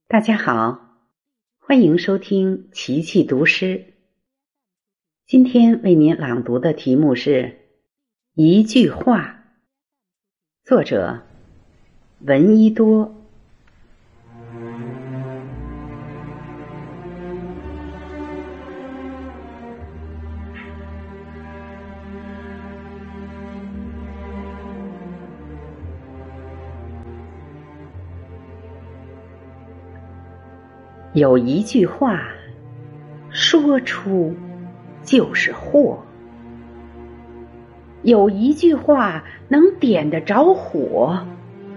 大家好，欢迎收听琪琪读诗。今天为您朗读的题目是一句话，作者闻一多。有一句话，说出就是祸；有一句话能点得着火。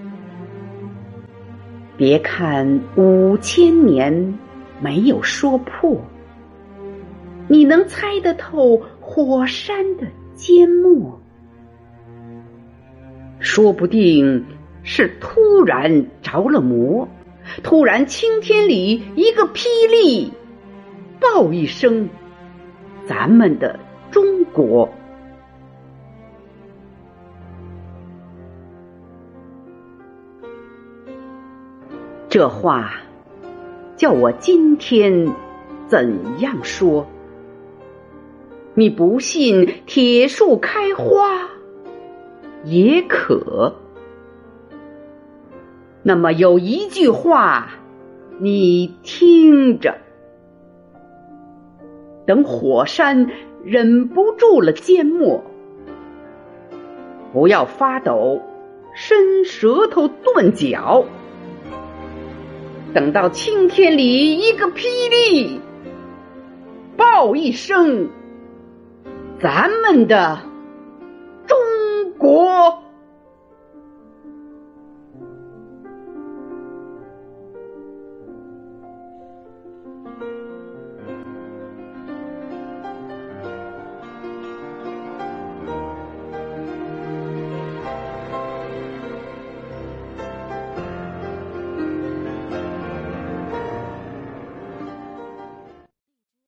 别看5000年没有说破，你能猜得透火山的缄默。说不定是突然着了魔，突然青天里一个霹雳，爆一声，咱们的中国。这话叫我今天怎样说？你不信铁树开花也可。那么有一句话，你听着，等火山忍不住了缄默，不要发抖，伸舌头顿脚，等到青天里一个霹雳，爆一声，咱们的中国。